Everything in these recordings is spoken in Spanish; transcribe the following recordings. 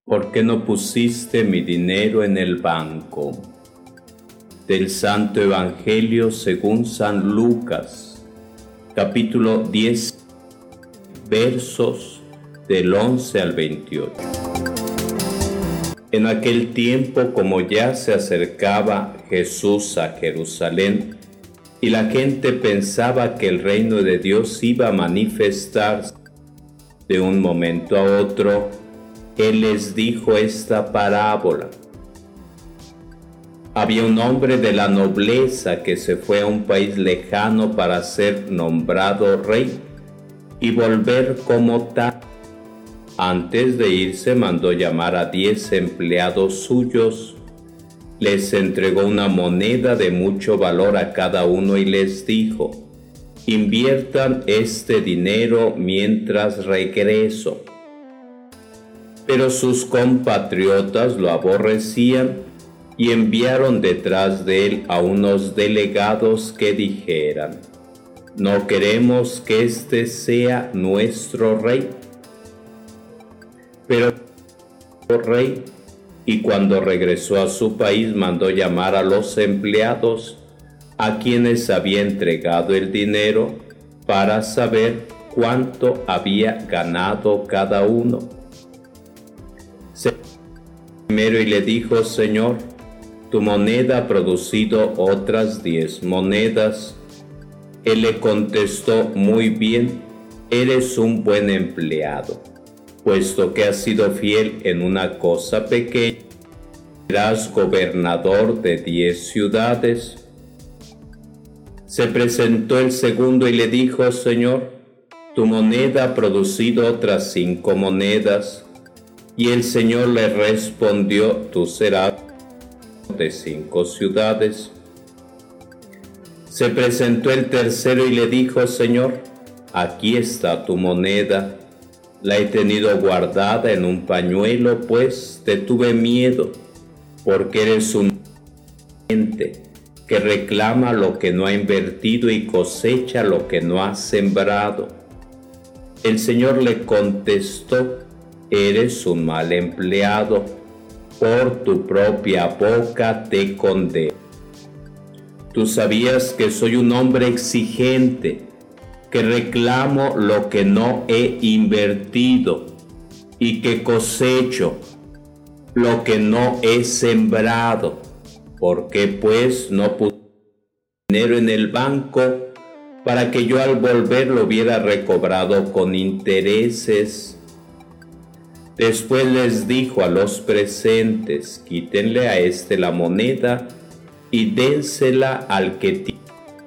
¿Por qué no pusiste mi dinero en el banco? Del Santo Evangelio según San Lucas, capítulo 10, versos del 11 al 28. En aquel tiempo, como ya se acercaba Jesús a Jerusalén, y la gente pensaba que el reino de Dios iba a manifestarse de un momento a otro, Él les dijo esta parábola. Había un hombre de la nobleza que se fue a un país lejano para ser nombrado rey y volver como tal. Antes de irse mandó llamar a 10 empleados suyos, les entregó una moneda de mucho valor a cada uno y les dijo: inviertan este dinero mientras regreso. Pero sus compatriotas lo aborrecían y enviaron detrás de él a unos delegados que dijeran: no queremos que este sea nuestro rey. Pero el rey, y cuando regresó a su país, mandó llamar a los empleados a quienes había entregado el dinero para saber cuánto había ganado cada uno. Se primero y le dijo: Señor, tu moneda ha producido otras 10 monedas. Él le contestó: muy bien, eres un buen empleado. Puesto que has sido fiel en una cosa pequeña, serás gobernador de 10 ciudades. Se presentó el segundo y le dijo: Señor, tu moneda ha producido otras 5 monedas. Y el Señor le respondió: tú serás de 5 ciudades. Se presentó el tercero y le dijo: Señor, aquí está tu moneda. La he tenido guardada en un pañuelo, pues te tuve miedo, porque eres un gente que reclama lo que no ha invertido y cosecha lo que no ha sembrado. El Señor le contestó: eres un mal empleado, por tu propia boca te condeno. Tú sabías que soy un hombre exigente, que reclamo lo que no he invertido y que cosecho lo que no he sembrado. ¿Por qué pues no puse dinero en el banco para que yo al volver lo hubiera recobrado con intereses? Después les dijo a los presentes: quítenle a este la moneda y dénsela al que tiene.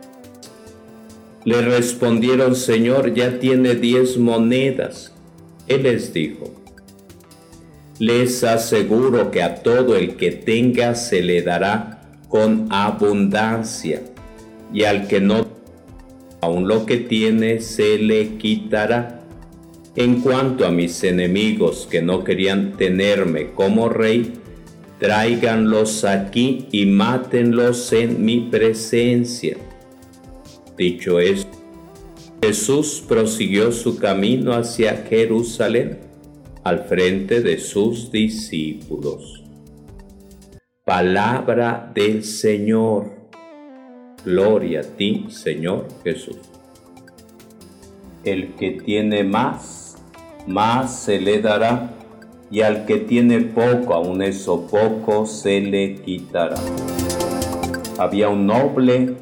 Le respondieron: Señor, ya tiene 10 monedas. Él les dijo: les aseguro que a todo el que tenga se le dará con abundancia, y al que no, aun lo que tiene se le quitará. En cuanto a mis enemigos que no querían tenerme como rey, tráiganlos aquí y mátenlos en mi presencia. Dicho esto, Jesús prosiguió su camino hacia Jerusalén, al frente de sus discípulos. Palabra del Señor. Gloria a ti, Señor Jesús. El que tiene más, más se le dará, y al que tiene poco, aun eso poco se le quitará. Había un noble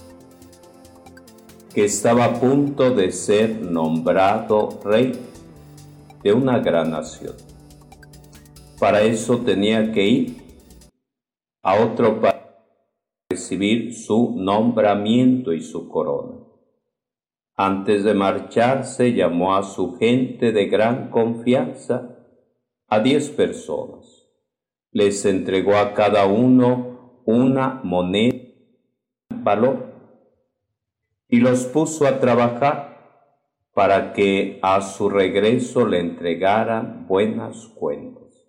que estaba a punto de ser nombrado rey de una gran nación. Para eso tenía que ir a otro país para recibir su nombramiento y su corona. Antes de marcharse, llamó a su gente de gran confianza, a 10 personas. Les entregó a cada uno una moneda de valor y los puso a trabajar para que a su regreso le entregaran buenas cuentas.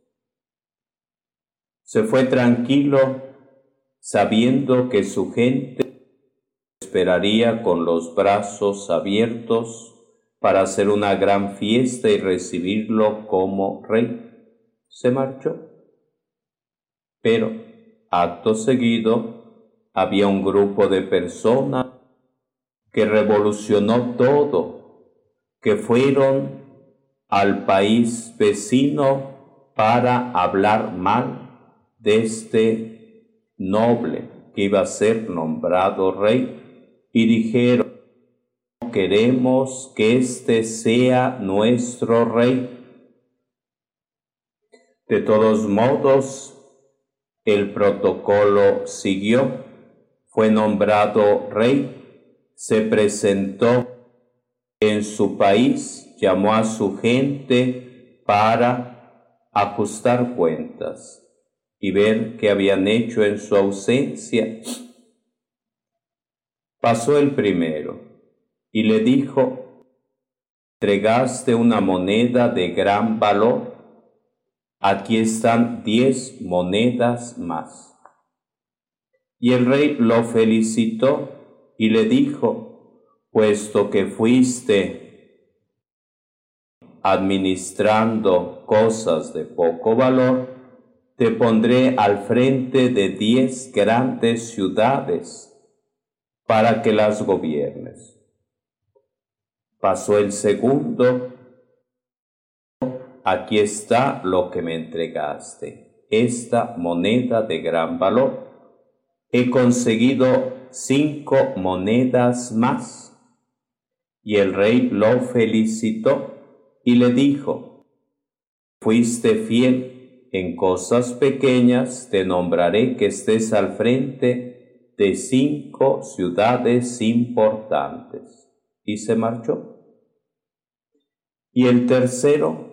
Se fue tranquilo, sabiendo que su gente esperaría con los brazos abiertos para hacer una gran fiesta y recibirlo como rey. se marchó. Pero, acto seguido, había un grupo de personas que revolucionó todo, que fueron al país vecino para hablar mal de este noble que iba a ser nombrado rey, y dijeron: no queremos que este sea nuestro rey. De todos modos, el protocolo siguió, fue nombrado rey, se presentó en su país, llamó a su gente para ajustar cuentas y ver qué habían hecho en su ausencia. Pasó el primero y le dijo: entregaste una moneda de gran valor, aquí están 10 monedas más. Y el rey lo felicitó y le dijo: puesto que fuiste administrando cosas de poco valor, te pondré al frente de 10 grandes ciudades para que las gobiernes. Pasó el segundo: aquí está lo que me entregaste, esta moneda de gran valor. He conseguido 5 monedas más. Y el rey lo felicitó y le dijo: fuiste fiel en cosas pequeñas, te nombraré que estés al frente de 5 ciudades importantes. Y se marchó. Y el tercero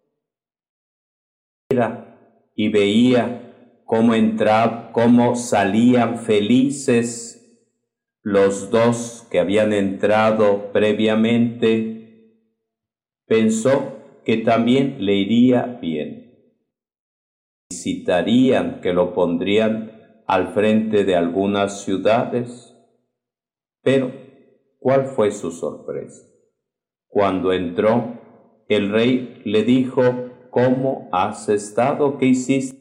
y veía cómo salían felices los 2 que habían entrado previamente, pensó que también le iría bien. Necesitarían que lo pondrían al frente de algunas ciudades, pero ¿cuál fue su sorpresa? Cuando entró, el rey le dijo: ¿cómo has estado? ¿Qué hiciste?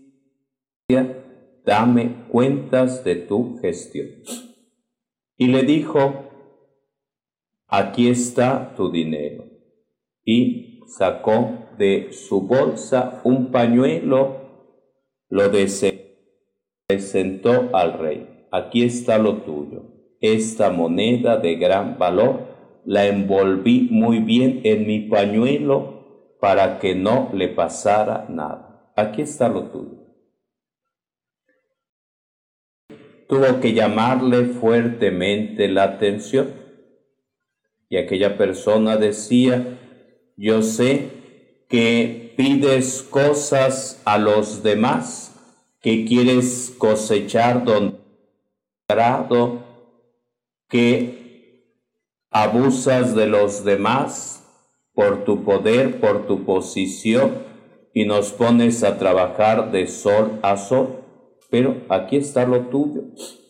Dame cuentas de tu gestión. Y le dijo: aquí está tu dinero. Y sacó de su bolsa un pañuelo, lo presentó al rey: aquí está lo tuyo. Esta moneda de gran valor la envolví muy bien en mi pañuelo para que no le pasara nada. Aquí está lo tuyo. Tuvo que llamarle fuertemente la atención. Y aquella persona decía: yo sé que pides cosas a los demás, que quieres cosechar donde grado, que abusas de los demás por tu poder, por tu posición, y nos pones a trabajar de sol a sol. Pero aquí está lo tuyo.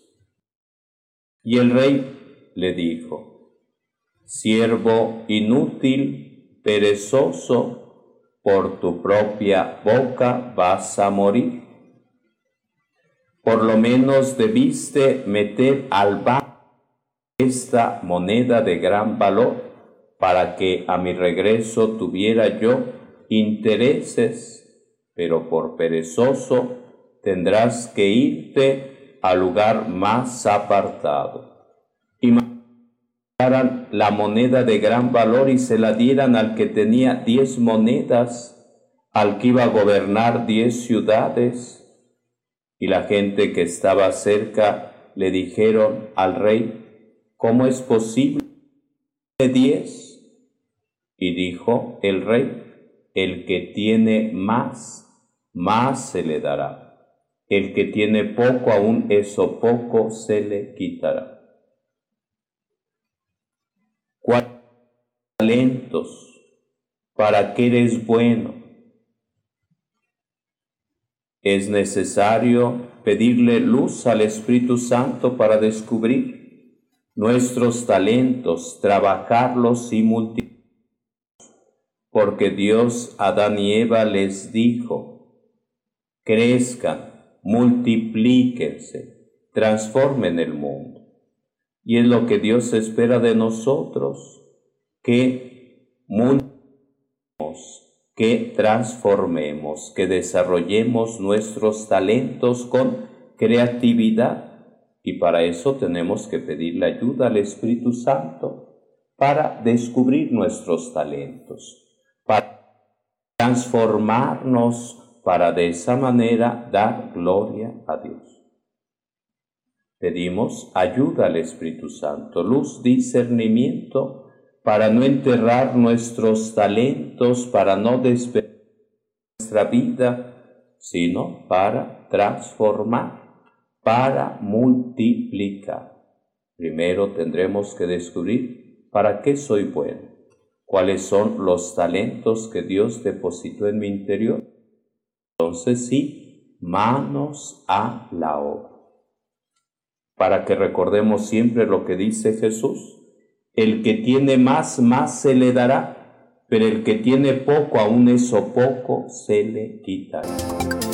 Y el rey le dijo: siervo inútil, perezoso, por tu propia boca vas a morir. Por lo menos debiste meter al banco esta moneda de gran valor, para que a mi regreso tuviera yo intereses, pero por perezoso tendrás que irte al lugar más apartado. Y mandaran la moneda de gran valor y se la dieran al que tenía 10 monedas, al que iba a gobernar 10 ciudades. Y la gente que estaba cerca le dijeron al rey: ¿cómo es posible 10? Y dijo el rey: el que tiene más, más se le dará. El que tiene poco, aún eso poco se le quitará. 4 talentos, ¿para qué eres bueno? Es necesario pedirle luz al Espíritu Santo para descubrir nuestros talentos, trabajarlos y multiplicarlos. Porque Dios a Adán y Eva les dijo: crezcan, multiplíquense, transformen el mundo. Y es lo que Dios espera de nosotros, que multipliquemos, que transformemos, que desarrollemos nuestros talentos con creatividad. Y para eso tenemos que pedir la ayuda al Espíritu Santo para descubrir nuestros talentos, para transformarnos, para de esa manera dar gloria a Dios. Pedimos ayuda al Espíritu Santo, luz, discernimiento, para no enterrar nuestros talentos, para no desperdiciar nuestra vida, sino para transformar, para multiplicar. Primero tendremos que descubrir para qué soy bueno, cuáles son los talentos que Dios depositó en mi interior. Entonces sí, manos a la obra. Para que recordemos siempre lo que dice Jesús: el que tiene más, más se le dará, pero el que tiene poco, aún eso poco se le quitará.